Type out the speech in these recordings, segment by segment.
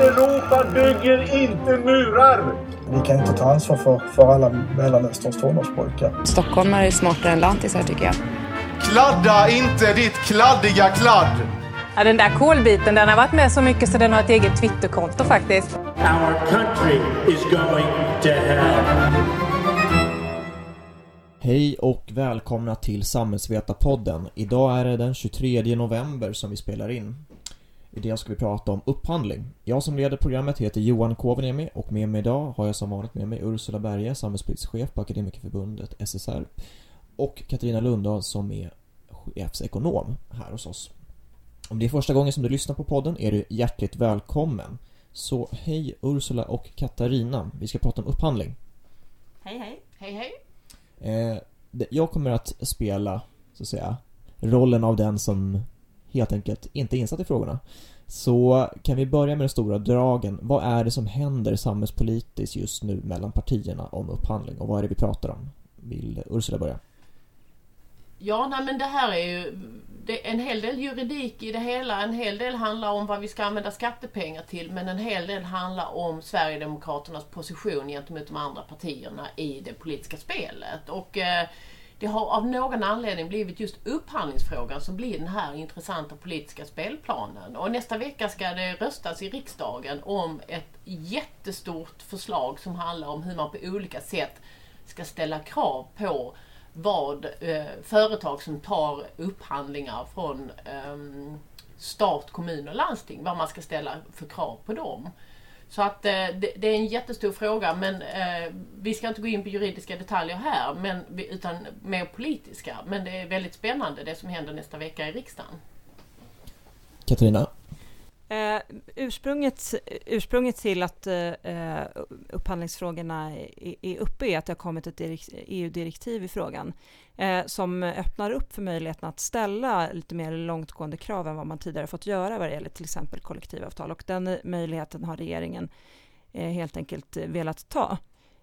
Europa bygger inte murar! Vi kan inte ta ansvar för alla Mellanösterns tonårspojkar. Stockholmare är smartare än lantisar tycker jag. Kladda inte ditt kladdiga kladd! Ja, den där kolbiten, den har varit med så mycket så den har ett eget Twitterkonto faktiskt. Our country is going to hell. Hej och välkomna till Samhällsvetarpodden. Idag är det den 23 november som vi spelar in. Idag ska vi prata om upphandling. Jag som leder programmet heter Johan Kovaniemi och med mig idag har jag som vanligt med mig Ursula Berge, samhällspolitisk chef på Akademikerförbundet SSR, och Katarina Lundahl som är chefsekonom här hos oss. Om det är första gången som du lyssnar på podden är du hjärtligt välkommen. Så hej Ursula och Katarina, vi ska prata om upphandling. Hej hej. Hej hej. Jag kommer att spela så att säga rollen av den som helt enkelt inte är insatt i frågorna. Så kan vi börja med den stora dragen. Vad är det som händer samhällspolitiskt just nu mellan partierna om upphandling? Och vad är det vi pratar om? Vill Ursula börja? Ja, nej, men det här är ju en hel del juridik i det hela. En hel del handlar om vad vi ska använda skattepengar till. Men en hel del handlar om Sverigedemokraternas position gentemot de andra partierna i det politiska spelet. Och det har av någon anledning blivit just upphandlingsfrågan som blir den här intressanta politiska spelplanen. Och nästa vecka ska det röstas i riksdagen om ett jättestort förslag som handlar om hur man på olika sätt ska ställa krav på vad företag som tar upphandlingar från stat, kommun och landsting, vad man ska ställa för krav på dem. Så att det är en jättestor fråga, men vi ska inte gå in på juridiska detaljer här, utan mer politiska. Men det är väldigt spännande det som händer nästa vecka i riksdagen. Katarina? Ursprunget till att upphandlingsfrågorna är uppe är att det har kommit ett EU-direktiv i frågan som öppnar upp för möjligheten att ställa lite mer långtgående krav än vad man tidigare fått göra vad det gäller till exempel kollektivavtal, och den möjligheten har regeringen helt enkelt velat ta.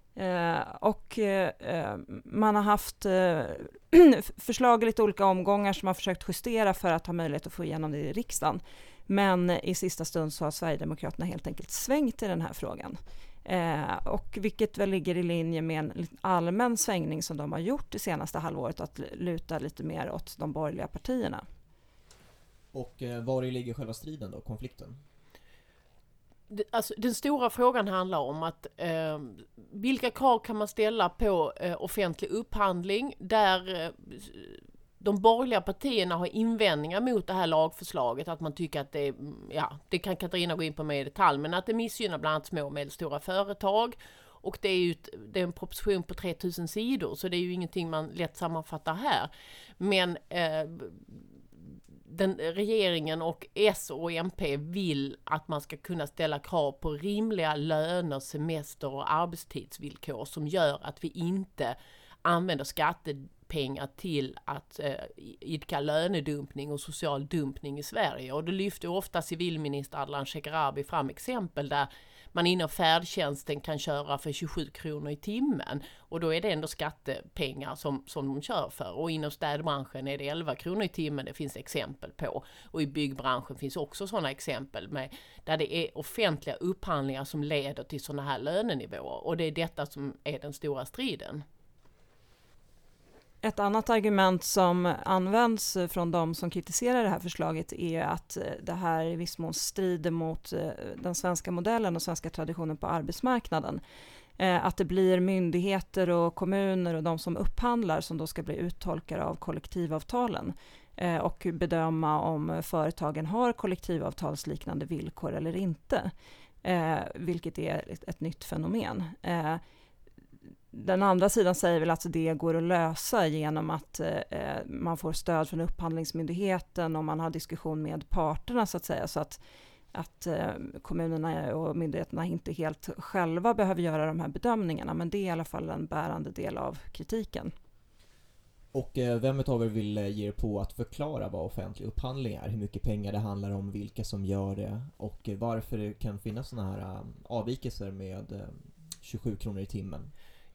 Man har haft förslag i lite olika omgångar som har försökt justera för att ha möjlighet att få igenom det i riksdagen. Men i sista stund så har Sverigedemokraterna helt enkelt svängt i den här frågan. Och vilket väl ligger i linje med en allmän svängning som de har gjort det senaste halvåret, att luta lite mer åt de borgerliga partierna. Och var ligger själva striden då, konflikten? Alltså, den stora frågan handlar om att vilka krav kan man ställa på offentlig upphandling där de borgerliga partierna har invändningar mot det här lagförslaget, att man tycker att det kan Katarina gå in på med i detalj, men att det missgynnar bland annat små och medelstora företag. Och det är en proposition på 3000 sidor, så det är ju ingenting man lätt sammanfattar här. Men regeringen och S och MP vill att man ska kunna ställa krav på rimliga löner, semester och arbetstidsvillkor som gör att vi inte använder skattepengar till att idka lönedumpning och social dumpning i Sverige. Och det lyfter ofta civilminister Ardalan Shekarabi fram exempel där man inom färdtjänsten kan köra för 27 kronor i timmen. Och då är det ändå skattepengar som de kör för. Och inom städbranschen är det 11 kronor i timmen, det finns exempel på. Och i byggbranschen finns också sådana exempel där det är offentliga upphandlingar som leder till sådana här lönenivåer. Och det är detta som är den stora striden. Ett annat argument som används från de som kritiserar det här förslaget är att det här i viss mån strider mot den svenska modellen och svenska traditionen på arbetsmarknaden. Att det blir myndigheter och kommuner och de som upphandlar som då ska bli uttolkare av kollektivavtalen och bedöma om företagen har kollektivavtalsliknande villkor eller inte, vilket är ett nytt fenomen. Den andra sidan säger väl att det går att lösa genom att man får stöd från upphandlingsmyndigheten och man har diskussion med parterna så att säga, så att kommunerna och myndigheterna inte helt själva behöver göra de här bedömningarna, men det är i alla fall en bärande del av kritiken. Och vem av er vill ge er på att förklara vad offentlig upphandling är, hur mycket pengar det handlar om, vilka som gör det och varför det kan finnas såna här avvikelser med 27 kronor i timmen?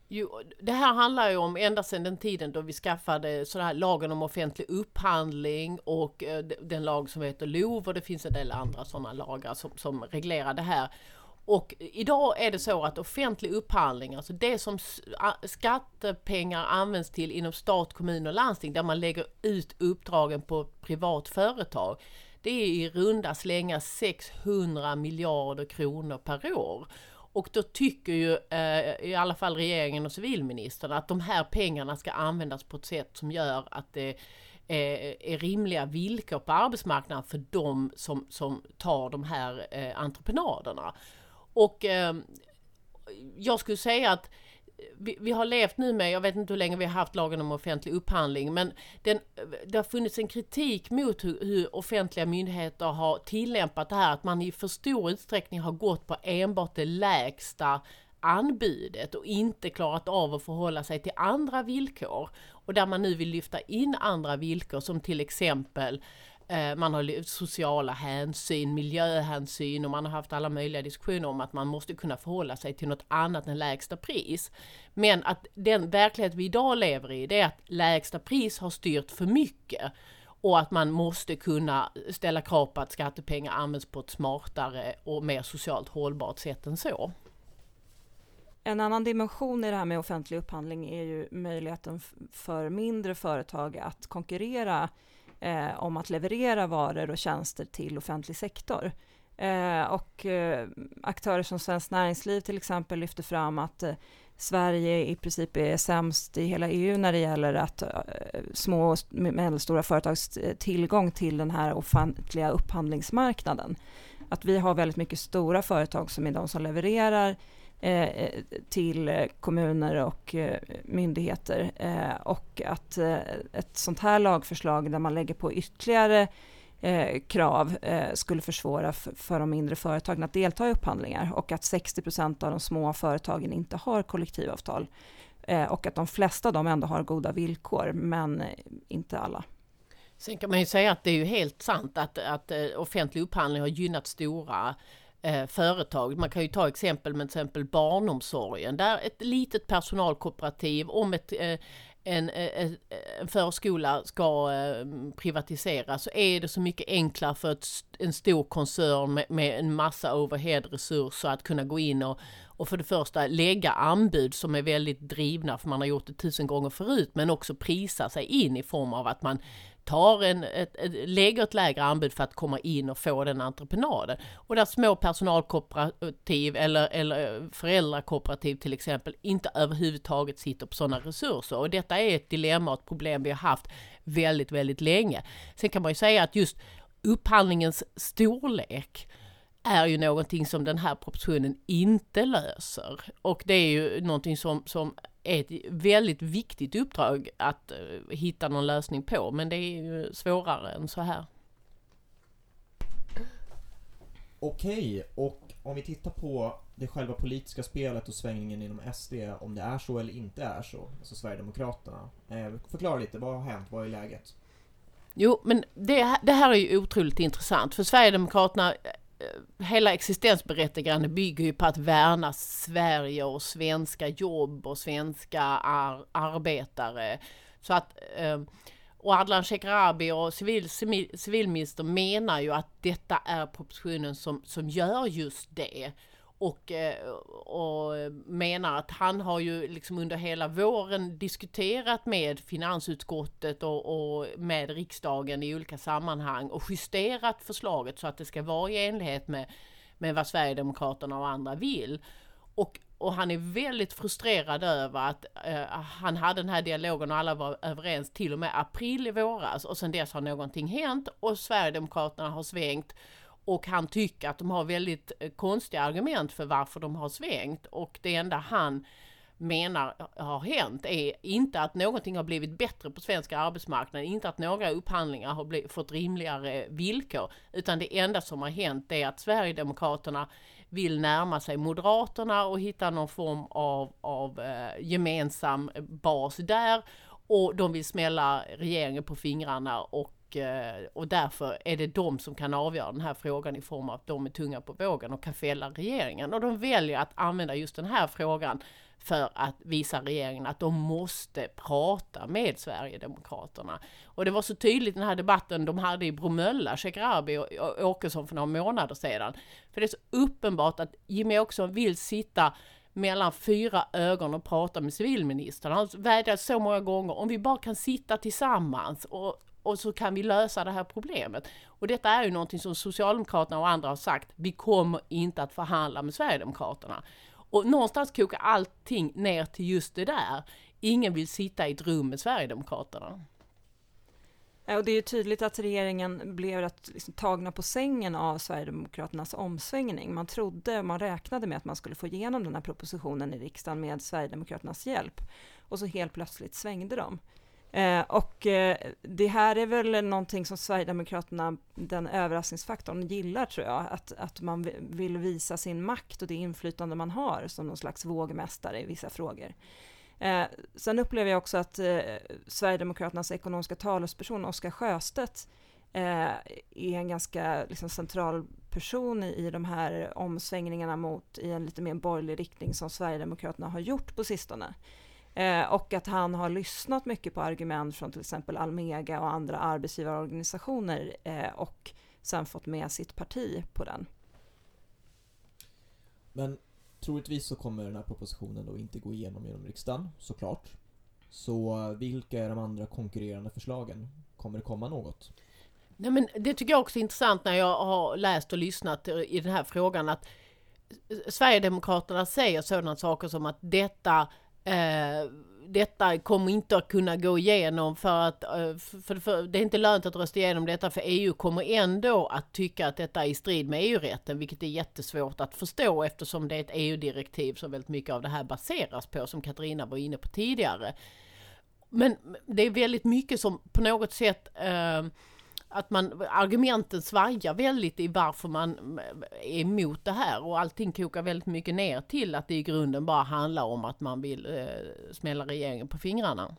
Jo, det här handlar ju om ända sedan den tiden då vi skaffade sådana här lagen om offentlig upphandling och den lag som heter LOV, och det finns en del andra sådana lagar som reglerar det här. Och idag är det så att offentlig upphandling, alltså det som skattepengar används till inom stat, kommun och landsting, där man lägger ut uppdragen på privat företag, det är i runda slängar 600 miljarder kronor per år. Och då tycker ju i alla fall regeringen och civilministern att de här pengarna ska användas på ett sätt som gör att det är rimliga villkor på arbetsmarknaden för de som tar de här entreprenaderna. Och jag skulle säga att vi har levt nu med, jag vet inte hur länge vi har haft lagen om offentlig upphandling, men det har funnits en kritik mot hur offentliga myndigheter har tillämpat det här, att man i för stor utsträckning har gått på enbart det lägsta anbudet och inte klarat av att förhålla sig till andra villkor. Och där man nu vill lyfta in andra villkor som till exempel man har sociala hänsyn, miljöhänsyn, och man har haft alla möjliga diskussioner om att man måste kunna förhålla sig till något annat än lägsta pris. Men att den verklighet vi idag lever i, det är att lägsta pris har styrt för mycket och att man måste kunna ställa krav på att skattepengar används på ett smartare och mer socialt hållbart sätt än så. En annan dimension i det här med offentlig upphandling är ju möjligheten för mindre företag att konkurrera om att leverera varor och tjänster till offentlig sektor. Aktörer som Svenskt Näringsliv till exempel lyfter fram att Sverige i princip är sämst i hela EU när det gäller att små och medelstora företags tillgång till den här offentliga upphandlingsmarknaden. Att vi har väldigt mycket stora företag som är de som levererar till kommuner och myndigheter, och att ett sånt här lagförslag där man lägger på ytterligare krav skulle försvåra för de mindre företagen att delta i upphandlingar, och att 60% av de små företagen inte har kollektivavtal, och att de flesta av dem ändå har goda villkor, men inte alla. Sen kan man ju säga att det är ju helt sant att offentlig upphandling har gynnat stora företag. Man kan ju ta exempel med till exempel barnomsorgen, där ett litet personalkooperativ, om en förskola ska privatiseras, så är det så mycket enklare för en stor koncern med en massa overhead-resurser att kunna gå in och för det första lägga anbud som är väldigt drivna, för man har gjort det 1000 gånger förut, men också prisa sig in i form av att man lägger ett lägre anbud för att komma in och få den entreprenaden. Och där små personalkooperativ eller föräldrakooperativ till exempel inte överhuvudtaget sitter på sådana resurser. Och detta är ett dilemma och ett problem vi har haft väldigt, väldigt länge. Sen kan man ju säga att just upphandlingens storlek är ju någonting som den här propositionen inte löser. Och det är ju någonting som är ett väldigt viktigt uppdrag att hitta någon lösning på. Men det är ju svårare än så här. Okej, och om vi tittar på det själva politiska spelet och svängningen inom SD, om det är så eller inte är så, alltså Sverigedemokraterna. Förklara lite, vad har hänt, vad är läget? Jo, men det här är ju otroligt intressant, för Sverigedemokraterna, hela existensberättigande bygger ju på att värna Sverige och svenska jobb och svenska arbetare. Så att, och Ardalan Shekarabi och civilminister menar ju att detta är propositionen som gör just det. Och menar att han har ju liksom under hela våren diskuterat med finansutskottet och med riksdagen i olika sammanhang och justerat förslaget så att det ska vara i enlighet med vad Sverigedemokraterna och andra vill. Och han är väldigt frustrerad över att han hade den här dialogen och alla var överens till och med april i våras, och sen dess har någonting hänt och Sverigedemokraterna har svängt. Och han tycker att de har väldigt konstiga argument för varför de har svängt. Och det enda han menar har hänt är inte att någonting har blivit bättre på svenska arbetsmarknaden. Inte att några upphandlingar har fått rimligare villkor. Utan det enda som har hänt är att Sverigedemokraterna vill närma sig Moderaterna och hitta någon form av gemensam bas där. Och de vill smälla regeringen på fingrarna och och därför är det de som kan avgöra den här frågan i form av att de är tunga på vågen och kan fälla regeringen. Och de väljer att använda just den här frågan för att visa regeringen att de måste prata med Sverigedemokraterna. Och det var så tydligt i den här debatten de hade i Bromölla, Shekarabi och Åkesson för några månader sedan. För det är så uppenbart att Jimmie Åkesson vill sitta mellan 4 ögon och prata med civilministern. Han vädjar så många gånger om vi bara kan sitta tillsammans och så kan vi lösa det här problemet. Och detta är ju någonting som Socialdemokraterna och andra har sagt. Vi kommer inte att förhandla med Sverigedemokraterna. Och någonstans kokar allting ner till just det där. Ingen vill sitta i ett rum med Sverigedemokraterna. Och det är ju tydligt att regeringen blev tagna på sängen av Sverigedemokraternas omsvängning. Man räknade med att man skulle få igenom den här propositionen i riksdagen med Sverigedemokraternas hjälp. Och så helt plötsligt svängde de. Det här är väl någonting som Sverigedemokraterna, den överraskningsfaktorn, gillar tror jag. Att man vill visa sin makt och det inflytande man har som någon slags vågmästare i vissa frågor. Sen upplever jag också att Sverigedemokraternas ekonomiska talesperson Oscar Sjöstedt är en ganska central person i de här omsvängningarna i en lite mer borgerlig riktning som Sverigedemokraterna har gjort på sistone. Och att han har lyssnat mycket på argument från till exempel Almega och andra arbetsgivarorganisationer och sen fått med sitt parti på den. Men troligtvis så kommer den här propositionen då inte gå igenom riksdagen, såklart. Så vilka är de andra konkurrerande förslagen? Kommer det komma något? Nej, men det tycker jag också är intressant när jag har läst och lyssnat i den här frågan att Sverigedemokraterna säger sådana saker som att detta kommer inte att kunna gå igenom för att för det är inte lönt att rösta igenom detta för EU kommer ändå att tycka att detta är i strid med EU-rätten, vilket är jättesvårt att förstå eftersom det är ett EU-direktiv som väldigt mycket av det här baseras på, som Katarina var inne på tidigare. Men det är väldigt mycket som på något sätt att argumenten svajar väldigt i varför man är emot det här och allting kokar väldigt mycket ner till att det i grunden bara handlar om att man vill smälla regeringen på fingrarna.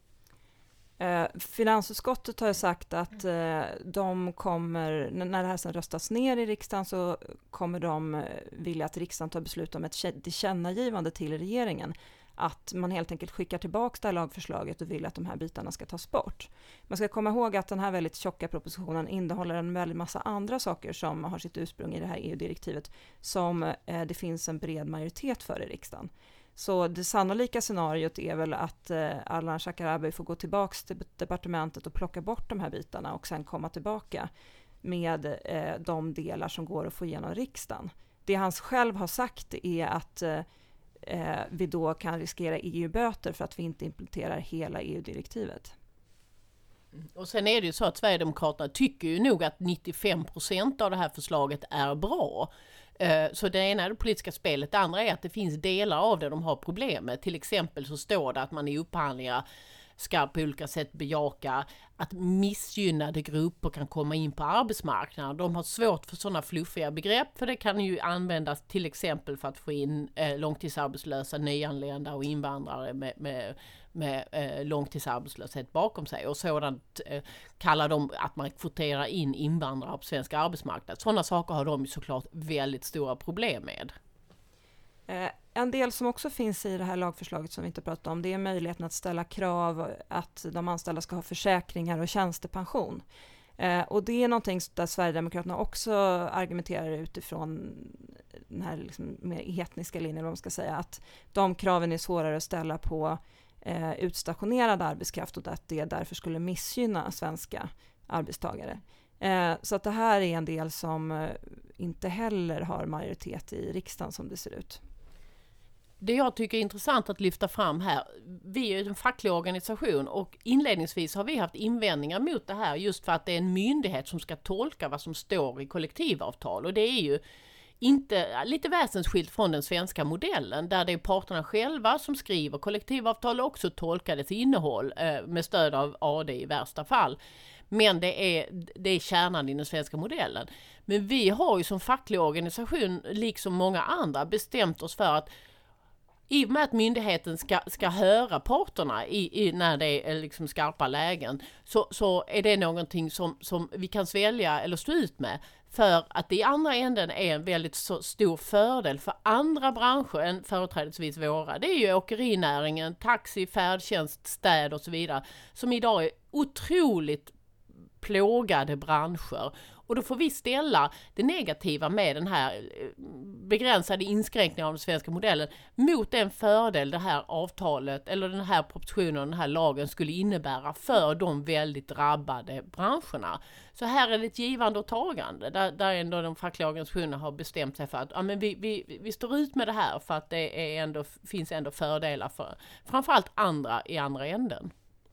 Finansutskottet har sagt att de kommer, när det här sen röstas ner i riksdagen så kommer de vilja att riksdagen tar beslut om ett tillkännagivande till regeringen. Att man helt enkelt skickar tillbaka det här lagförslaget och vill att de här bitarna ska tas bort. Man ska komma ihåg att den här väldigt tjocka propositionen innehåller en väldigt massa andra saker som har sitt ursprung i det här EU-direktivet som det finns en bred majoritet för i riksdagen. Så det sannolika scenariot är väl att Ardalan Shekarabi får gå tillbaka till departementet och plocka bort de här bitarna och sen komma tillbaka med de delar som går att få igenom riksdagen. Det han själv har sagt är att vi då kan riskera EU-böter för att vi inte implementerar hela EU-direktivet. Och sen är det ju så att Sverigedemokraterna tycker ju nog att 95% av det här förslaget är bra. Så det ena är det politiska spelet, det andra är att det finns delar av det de har problem med. Till exempel så står det att man i upphandlingar ska på olika sätt bejaka att missgynnade grupper kan komma in på arbetsmarknaden. De har svårt för sådana fluffiga begrepp för det kan ju användas till exempel för att få in långtidsarbetslösa, nyanlända och invandrare med långtidsarbetslöshet bakom sig. Och sådant kallar de att man kvoterar in invandrare på svensk arbetsmarknad. Sådana saker har de ju såklart väldigt stora problem med. En del som också finns i det här lagförslaget som vi inte pratat om, det är möjligheten att ställa krav att de anställda ska ha försäkringar och tjänstepension. Och det är någonting där Sverigedemokraterna också argumenterar utifrån den här mer etniska linjen, vad man ska säga, att de kraven är svårare att ställa på utstationerad arbetskraft och att det därför skulle missgynna svenska arbetstagare. Så att det här är en del som inte heller har majoritet i riksdagen som det ser ut. Det jag tycker är intressant att lyfta fram här, vi är en facklig organisation och inledningsvis har vi haft invändningar mot det här just för att det är en myndighet som ska tolka vad som står i kollektivavtal och det är ju inte lite väsensskilt från den svenska modellen där det är parterna själva som skriver kollektivavtal och också tolkar dess innehåll med stöd av AD i värsta fall. Men det är kärnan i den svenska modellen. Men vi har ju som facklig organisation liksom många andra bestämt oss för att i och med att myndigheten ska höra parterna när det är liksom skarpa lägen, så är det någonting som vi kan svälja eller stå ut med, för att det i andra änden är en väldigt så stor fördel för andra branscher än företrädesvis våra. Det är ju åkerinäringen, taxi, färdtjänst, städ och så vidare, som idag är otroligt plågade branscher. Och då får vi ställa det negativa med den här begränsade inskränkningen av den svenska modellen mot den fördel det här avtalet eller den här propositionen och den här lagen skulle innebära för de väldigt drabbade branscherna. Så här är det ett givande och tagande där ändå de fackliga organisationerna har bestämt sig för att men vi står ut med det här för att det är ändå, finns ändå fördelar för framförallt andra i andra änden.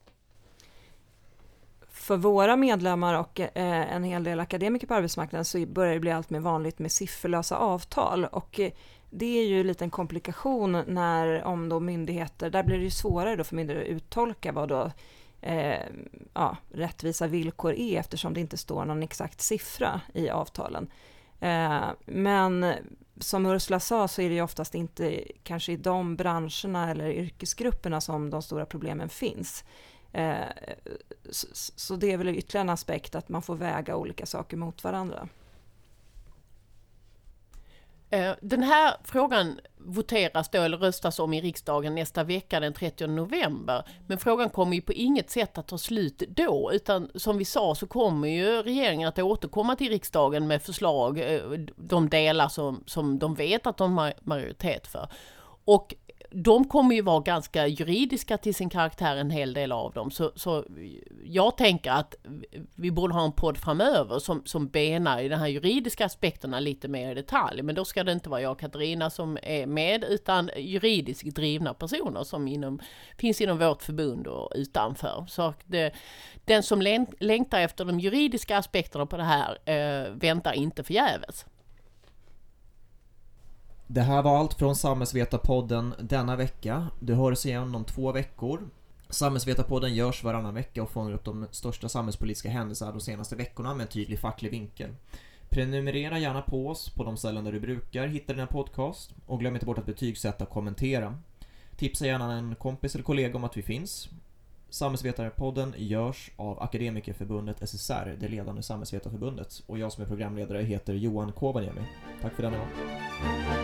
För våra medlemmar och en hel del akademiker på arbetsmarknaden så börjar det bli allt mer vanligt med sifferlösa avtal, och det är ju en liten komplikation om då myndigheter, där blir det ju svårare då för myndigheter att uttolka vad då rättvisa villkor är, eftersom det inte står någon exakt siffra i avtalen. Men som Ursula sa så är det ju oftast inte kanske i de branscherna eller yrkesgrupperna som de stora problemen finns. Så det är väl ytterligare en aspekt att man får väga olika saker mot varandra. Den här frågan voteras då eller röstas om i riksdagen nästa vecka den 30 november. Men frågan kommer ju på inget sätt att ta slut då, utan som vi sa så kommer ju regeringen att återkomma till riksdagen med förslag, de delar som de vet att de har majoritet för. Och de kommer ju vara ganska juridiska till sin karaktär, en hel del av dem. Så jag tänker att vi borde ha en podd framöver som benar i de här juridiska aspekterna lite mer i detalj. Men då ska det inte vara jag och Katarina som är med, utan juridiskt drivna personer som finns inom vårt förbund och utanför. Så den som längtar efter de juridiska aspekterna på det här väntar inte förgäves. Det här var allt från Samhällsvetarpodden denna vecka. Du hörs igen om 2 veckor. Samhällsvetarpodden görs varannan vecka och fångar upp de största samhällspolitiska händelserna de senaste veckorna med en tydlig facklig vinkel. Prenumerera gärna på oss på de ställen där du brukar hitta dina podcast, och glöm inte bort att betygsätta och kommentera. Tipsa gärna en kompis eller kollega om att vi finns. Samhällsvetarpodden görs av Akademikerförbundet SSR, det ledande samhällsvetarförbundet, och jag som är programledare heter Johan Kovaniemi. Tack för denna gång.